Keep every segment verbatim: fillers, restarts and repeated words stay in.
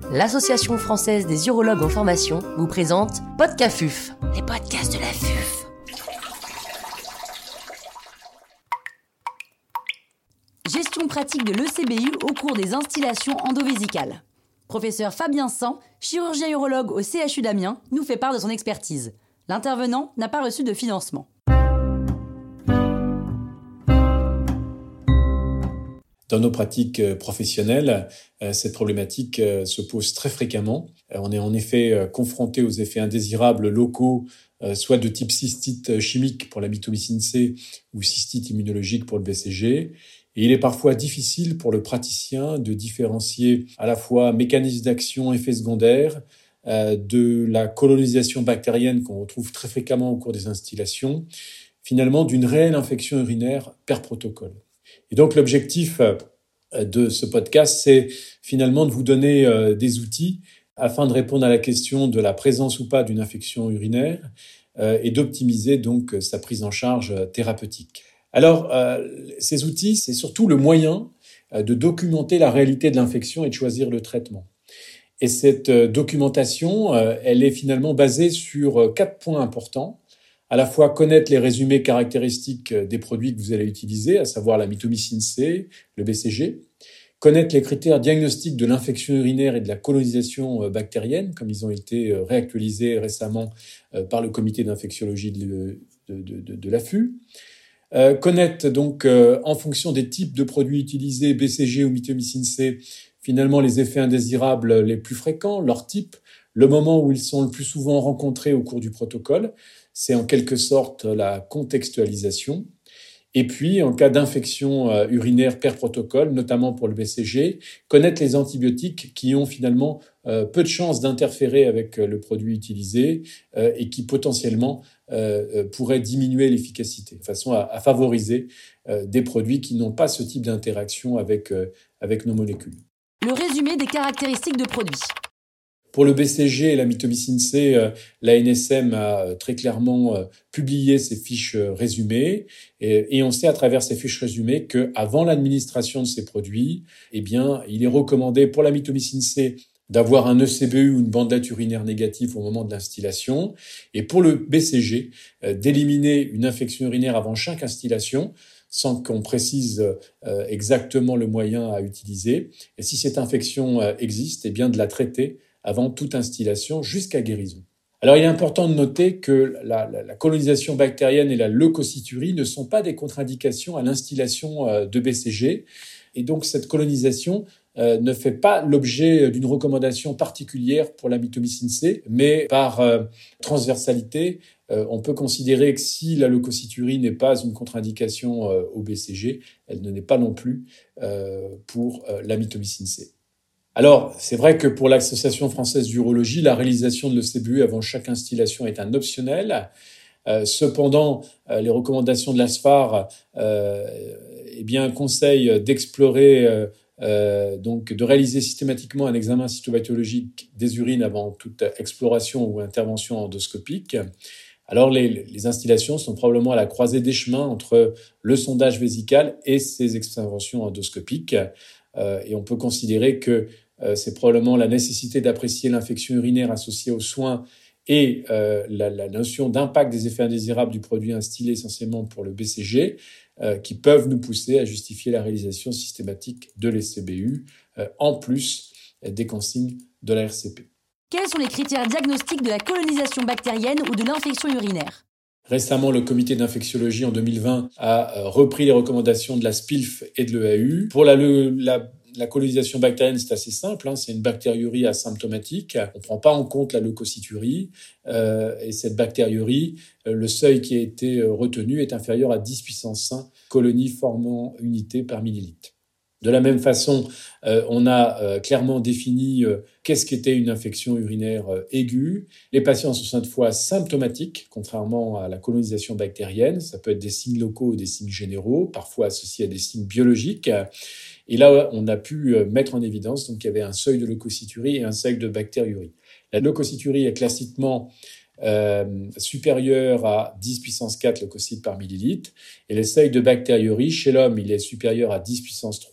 l'Association française des urologues en formation vous présente Podcafuf, les podcasts de la F U F. Gestion pratique de l'E C B U au cours des instillations endovésicales. Professeur Fabien San, chirurgien urologue au C H U d'Amiens, nous fait part de son expertise. L'intervenant n'a pas reçu de financement. Dans nos pratiques professionnelles, cette problématique se pose très fréquemment. On est en effet confronté aux effets indésirables locaux, soit de type cystite chimique pour la mitomycine C ou cystite immunologique pour le B C G. Et il est parfois difficile pour le praticien de différencier à la fois mécanisme d'action, effets secondaires, de la colonisation bactérienne qu'on retrouve très fréquemment au cours des instillations, finalement d'une réelle infection urinaire per protocole. Et donc l'objectif de ce podcast, c'est finalement de vous donner des outils afin de répondre à la question de la présence ou pas d'une infection urinaire et d'optimiser donc sa prise en charge thérapeutique. Alors, ces outils, c'est surtout le moyen de documenter la réalité de l'infection et de choisir le traitement. Et cette documentation, elle est finalement basée sur quatre points importants. À la fois connaître les résumés caractéristiques des produits que vous allez utiliser, à savoir la mitomycine C, le B C G, connaître les critères diagnostiques de l'infection urinaire et de la colonisation bactérienne, comme ils ont été réactualisés récemment par le comité d'infectiologie de, de, de, de l'A F U, euh, connaître donc en fonction des types de produits utilisés, B C G ou mitomycine C, finalement les effets indésirables les plus fréquents, leur type, le moment où ils sont le plus souvent rencontrés au cours du protocole. C'est en quelque sorte la contextualisation. Et puis, en cas d'infection urinaire per protocole, notamment pour le B C G, connaître les antibiotiques qui ont finalement euh, peu de chances d'interférer avec le produit utilisé euh, et qui potentiellement euh, pourraient diminuer l'efficacité, de façon à, à favoriser euh, des produits qui n'ont pas ce type d'interaction avec, euh, avec nos molécules. Le résumé des caractéristiques de produits. Pour le B C G et la mitomycine C, euh, l'A N S M a euh, très clairement euh, publié ses fiches euh, résumées et, et on sait à travers ces fiches résumées qu'avant l'administration de ces produits, eh bien, il est recommandé pour la mitomycine C d'avoir un E C B U ou une bandelette urinaire négative au moment de l'instillation et pour le B C G, euh, d'éliminer une infection urinaire avant chaque instillation sans qu'on précise euh, exactement le moyen à utiliser. Et si cette infection euh, existe, eh bien, de la traiter avant toute instillation jusqu'à guérison. Alors, il est important de noter que la, la, la colonisation bactérienne et la leucocyturie ne sont pas des contre-indications à l'instillation euh, de B C G. Et donc, cette colonisation euh, ne fait pas l'objet d'une recommandation particulière pour la mitomycine C, mais par euh, transversalité, euh, on peut considérer que si la leucocyturie n'est pas une contre-indication euh, au B C G, elle ne l'est pas non plus euh, pour euh, la mitomycine C. Alors, c'est vrai que pour l'Association française d'urologie, la réalisation de l'E C B U avant chaque instillation est un optionnel. Euh, cependant, euh, les recommandations de l'A S F A R euh, eh bien, conseillent d'explorer, euh, euh, donc de réaliser systématiquement un examen cytopathologique des urines avant toute exploration ou intervention endoscopique. Alors, les, les installations sont probablement à la croisée des chemins entre le sondage vésical et ces interventions endoscopiques. Euh, et on peut considérer que euh, c'est probablement la nécessité d'apprécier l'infection urinaire associée aux soins et euh, la, la notion d'impact des effets indésirables du produit instillé essentiellement pour le B C G euh, qui peuvent nous pousser à justifier la réalisation systématique de l'E C B U euh, en plus des consignes de la R C P. Quels sont les critères diagnostiques de la colonisation bactérienne ou de l'infection urinaire ? Récemment, le comité d'infectiologie en deux mille vingt a repris les recommandations de la S P I L F et de l'E A U. Pour la, la, la colonisation bactérienne, c'est assez simple, hein, c'est une bactériurie asymptomatique. On ne prend pas en compte la leucocyturie. Euh, et cette bactériurie, euh, le seuil qui a été retenu est inférieur à dix puissance cinq colonies formant unité par millilitre. De la même façon, euh, on a euh, clairement défini euh, qu'est-ce qu'était une infection urinaire euh, aiguë. Les patients sont cette fois symptomatiques, contrairement à la colonisation bactérienne. Ça peut être des signes locaux ou des signes généraux, parfois associés à des signes biologiques. Et là, on a pu euh, mettre en évidence donc, qu'il y avait un seuil de leucocyturie et un seuil de bactériurie. La leucocyturie est classiquement Euh, supérieur à dix puissance quatre leucocytes par millilitre. Et le seuil de bactériurie, chez l'homme, il est supérieur à dix puissance trois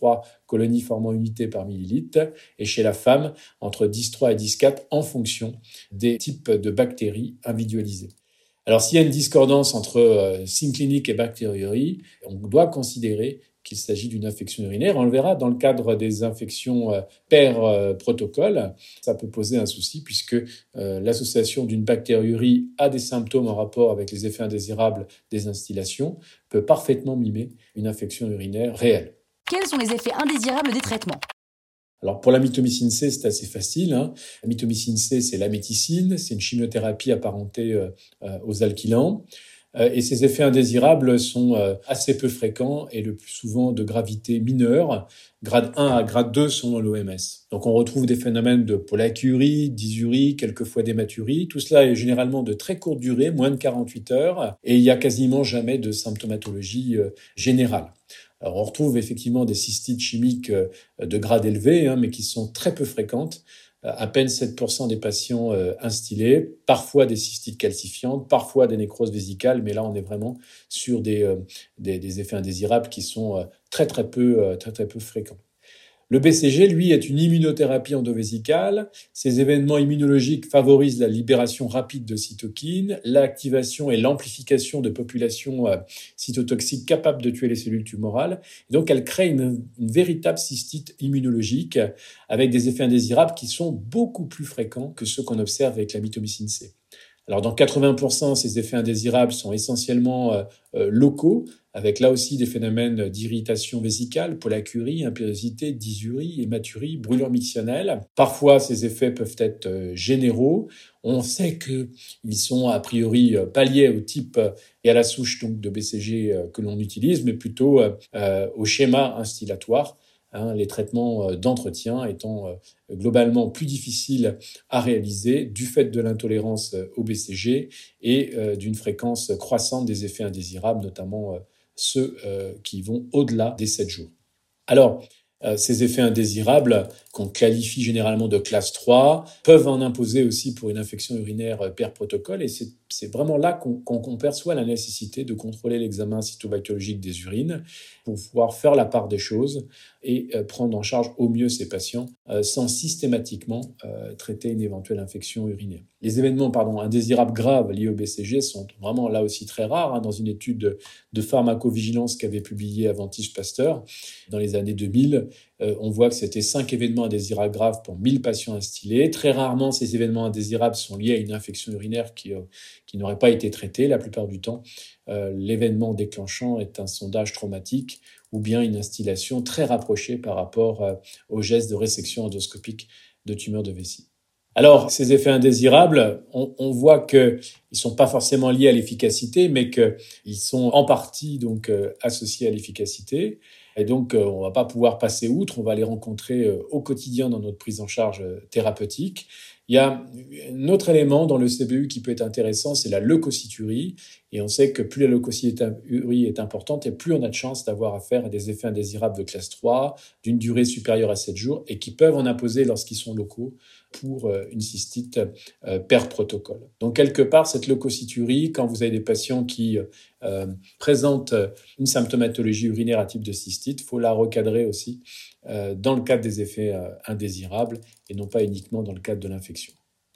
colonies formant unité par millilitre, et chez la femme, entre dix virgule trois et dix virgule quatre en fonction des types de bactéries individualisées. Alors, s'il y a une discordance entre euh, signe clinique et bactériurie, on doit considérer qu'il s'agit d'une infection urinaire. On le verra dans le cadre des infections euh, per euh, protocole. Ça peut poser un souci puisque euh, l'association d'une bactériurie à des symptômes en rapport avec les effets indésirables des instillations peut parfaitement mimer une infection urinaire réelle. Quels sont les effets indésirables des traitements ? Alors pour la mitomycine C, c'est assez facile. Hein. La mitomycine C, c'est l'améticine, c'est une chimiothérapie apparentée euh, euh, aux alkylants. Euh, et ces effets indésirables sont euh, assez peu fréquents et le plus souvent de gravité mineure, grade un à grade deux selon l'O M S. Donc on retrouve des phénomènes de pollakiurie, dysurie, quelquefois d'hématurie. Tout cela est généralement de très courte durée, moins de quarante-huit heures, et il n'y a quasiment jamais de symptomatologie euh, générale. Alors, on retrouve effectivement des cystites chimiques de grade élevé, hein, mais qui sont très peu fréquentes. À peine sept pour cent des patients euh, instillés, parfois des cystites calcifiantes, parfois des nécroses vésicales, mais là, on est vraiment sur des, euh, des, des effets indésirables qui sont euh, très, très peu, euh, très, très peu fréquents. Le B C G, lui, est une immunothérapie endovésicale. Ces événements immunologiques favorisent la libération rapide de cytokines, l'activation et l'amplification de populations cytotoxiques capables de tuer les cellules tumorales. Et donc, elles créent une, une véritable cystite immunologique avec des effets indésirables qui sont beaucoup plus fréquents que ceux qu'on observe avec la mitomycine C. Alors, dans quatre-vingts pour cent, ces effets indésirables sont essentiellement euh, euh, locaux, avec là aussi des phénomènes d'irritation vésicale, pollakiurie, impériosité, dysurie, hématurie, brûlure mictionnelle. Parfois, ces effets peuvent être euh, généraux. On sait qu'ils sont a priori euh, palliés au type euh, et à la souche donc de B C G euh, que l'on utilise, mais plutôt euh, au schéma instillatoire. Hein, les traitements d'entretien étant euh, globalement plus difficiles à réaliser du fait de l'intolérance au B C G et euh, d'une fréquence croissante des effets indésirables, notamment euh, ceux euh, qui vont au-delà des sept jours. Alors, euh, ces effets indésirables, qu'on qualifie généralement de classe trois, peuvent en imposer aussi pour une infection urinaire per protocole, et c'est, c'est vraiment là qu'on, qu'on, qu'on perçoit la nécessité de contrôler l'examen cytobactériologique des urines pour pouvoir faire la part des choses et euh, prendre en charge au mieux ces patients euh, sans systématiquement euh, traiter une éventuelle infection urinaire. Les événements pardon, indésirables graves liés au B C G sont vraiment là aussi très rares. Hein, dans une étude de, de pharmacovigilance qu'avait publiée Aventis Pasteur dans les années deux mille, euh, on voit que c'était cinq événements indésirables graves pour mille patients instillés. Très rarement, ces événements indésirables sont liés à une infection urinaire qui, euh, qui n'aurait pas été traitée. La plupart du temps, euh, l'événement déclenchant est un sondage traumatique ou bien une instillation très rapprochée par rapport euh, au geste de résection endoscopique de tumeurs de vessie. Alors, ces effets indésirables, on, on voit qu'ils ne sont pas forcément liés à l'efficacité, mais qu'ils sont en partie donc euh, associés à l'efficacité. Et donc, euh, on ne va pas pouvoir passer outre, on va les rencontrer euh, au quotidien dans notre prise en charge euh, thérapeutique. Il y a un autre élément dans le C B U qui peut être intéressant, c'est la leucocyturie. Et on sait que plus la leucocyturie est importante et plus on a de chances d'avoir affaire à des effets indésirables de classe trois, d'une durée supérieure à sept jours et qui peuvent en imposer lorsqu'ils sont locaux pour une cystite per protocole. Donc, quelque part, cette leucocyturie, quand vous avez des patients qui euh, présentent une symptomatologie urinaire à type de cystite, il faut la recadrer aussi euh, dans le cadre des effets euh, indésirables et non pas uniquement dans le cadre de l'infection.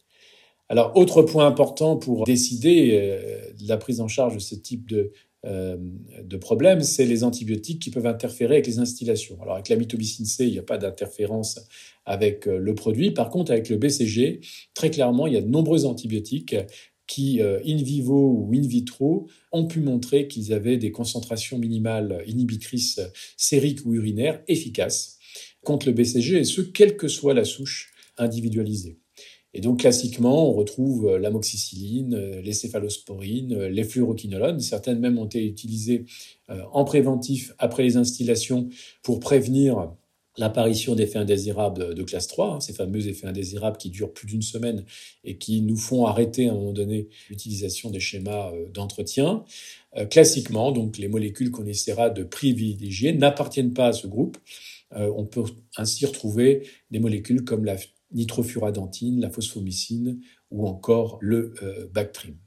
Alors, autre point important pour décider euh, de la prise en charge de ce type de, euh, de problème, c'est les antibiotiques qui peuvent interférer avec les instillations. Alors, avec la mitomycine C, il n'y a pas d'interférence avec euh, le produit. Par contre, avec le B C G, très clairement, il y a de nombreux antibiotiques qui, euh, in vivo ou in vitro, ont pu montrer qu'ils avaient des concentrations minimales inhibitrices sériques ou urinaires efficaces contre le B C G, et ce, quelle que soit la souche individualisée. Et donc, classiquement, on retrouve l'amoxicilline, les céphalosporines, les fluoroquinolones. Certaines même ont été utilisées en préventif après les instillations pour prévenir l'apparition d'effets indésirables de classe trois, ces fameux effets indésirables qui durent plus d'une semaine et qui nous font arrêter à un moment donné l'utilisation des schémas d'entretien. Classiquement, donc, les molécules qu'on essaiera de privilégier n'appartiennent pas à ce groupe. On peut ainsi retrouver des molécules comme la nitrofuradantine, la phosphomycine ou encore le euh, Bactrim.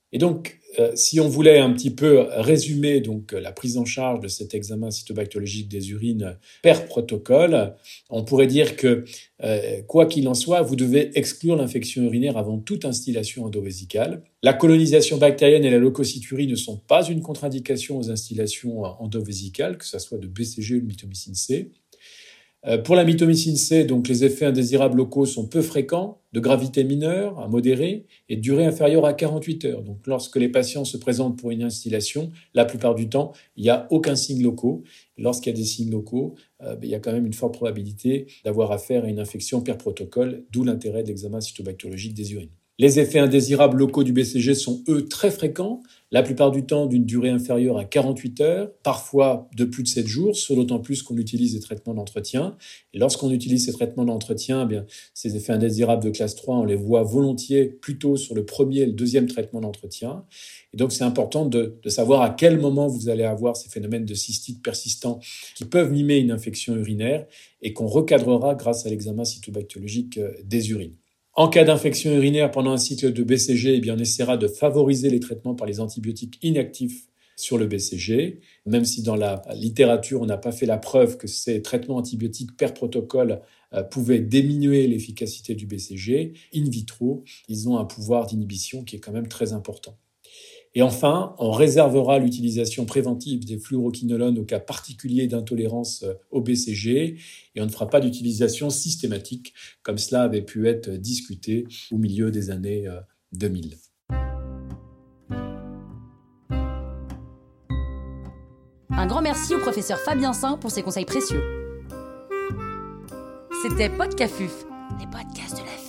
Et donc, euh, si on voulait un petit peu résumer donc la prise en charge de cet examen cytobactériologique des urines per protocole, on pourrait dire que, euh, quoi qu'il en soit, vous devez exclure l'infection urinaire avant toute instillation endovésicale. La colonisation bactérienne et la leucocyturie ne sont pas une contre-indication aux instillations endovésicales, que ce soit de B C G ou de mitomycine C. Pour la mitomycine C, donc, les effets indésirables locaux sont peu fréquents, de gravité mineure à modérée et de durée inférieure à quarante-huit heures. Donc, lorsque les patients se présentent pour une instillation, la plupart du temps, il n'y a aucun signe locaux. Et lorsqu'il y a des signes locaux, euh, il y a quand même une forte probabilité d'avoir affaire à une infection per protocole, d'où l'intérêt de l'examen cytobactériologique des urines. Les effets indésirables locaux du B C G sont, eux, très fréquents, la plupart du temps d'une durée inférieure à quarante-huit heures, parfois de plus de sept jours, ce d'autant plus qu'on utilise des traitements d'entretien. Et lorsqu'on utilise ces traitements d'entretien, eh bien, ces effets indésirables de classe trois, on les voit volontiers plutôt sur le premier et le deuxième traitement d'entretien. Et donc, c'est important de, de savoir à quel moment vous allez avoir ces phénomènes de cystite persistants qui peuvent mimer une infection urinaire et qu'on recadrera grâce à l'examen cytobactériologique des urines. En cas d'infection urinaire pendant un cycle de B C G, eh bien, on essaiera de favoriser les traitements par les antibiotiques inactifs sur le B C G, même si dans la littérature, on n'a pas fait la preuve que ces traitements antibiotiques per protocole euh, pouvaient diminuer l'efficacité du B C G. In vitro, ils ont un pouvoir d'inhibition qui est quand même très important. Et enfin, on réservera l'utilisation préventive des fluoroquinolones au cas particulier d'intolérance au B C G et on ne fera pas d'utilisation systématique comme cela avait pu être discuté au milieu des années deux mille. Un grand merci au professeur Fabien Saint pour ses conseils précieux. C'était Podcafuf, les podcasts de la vie.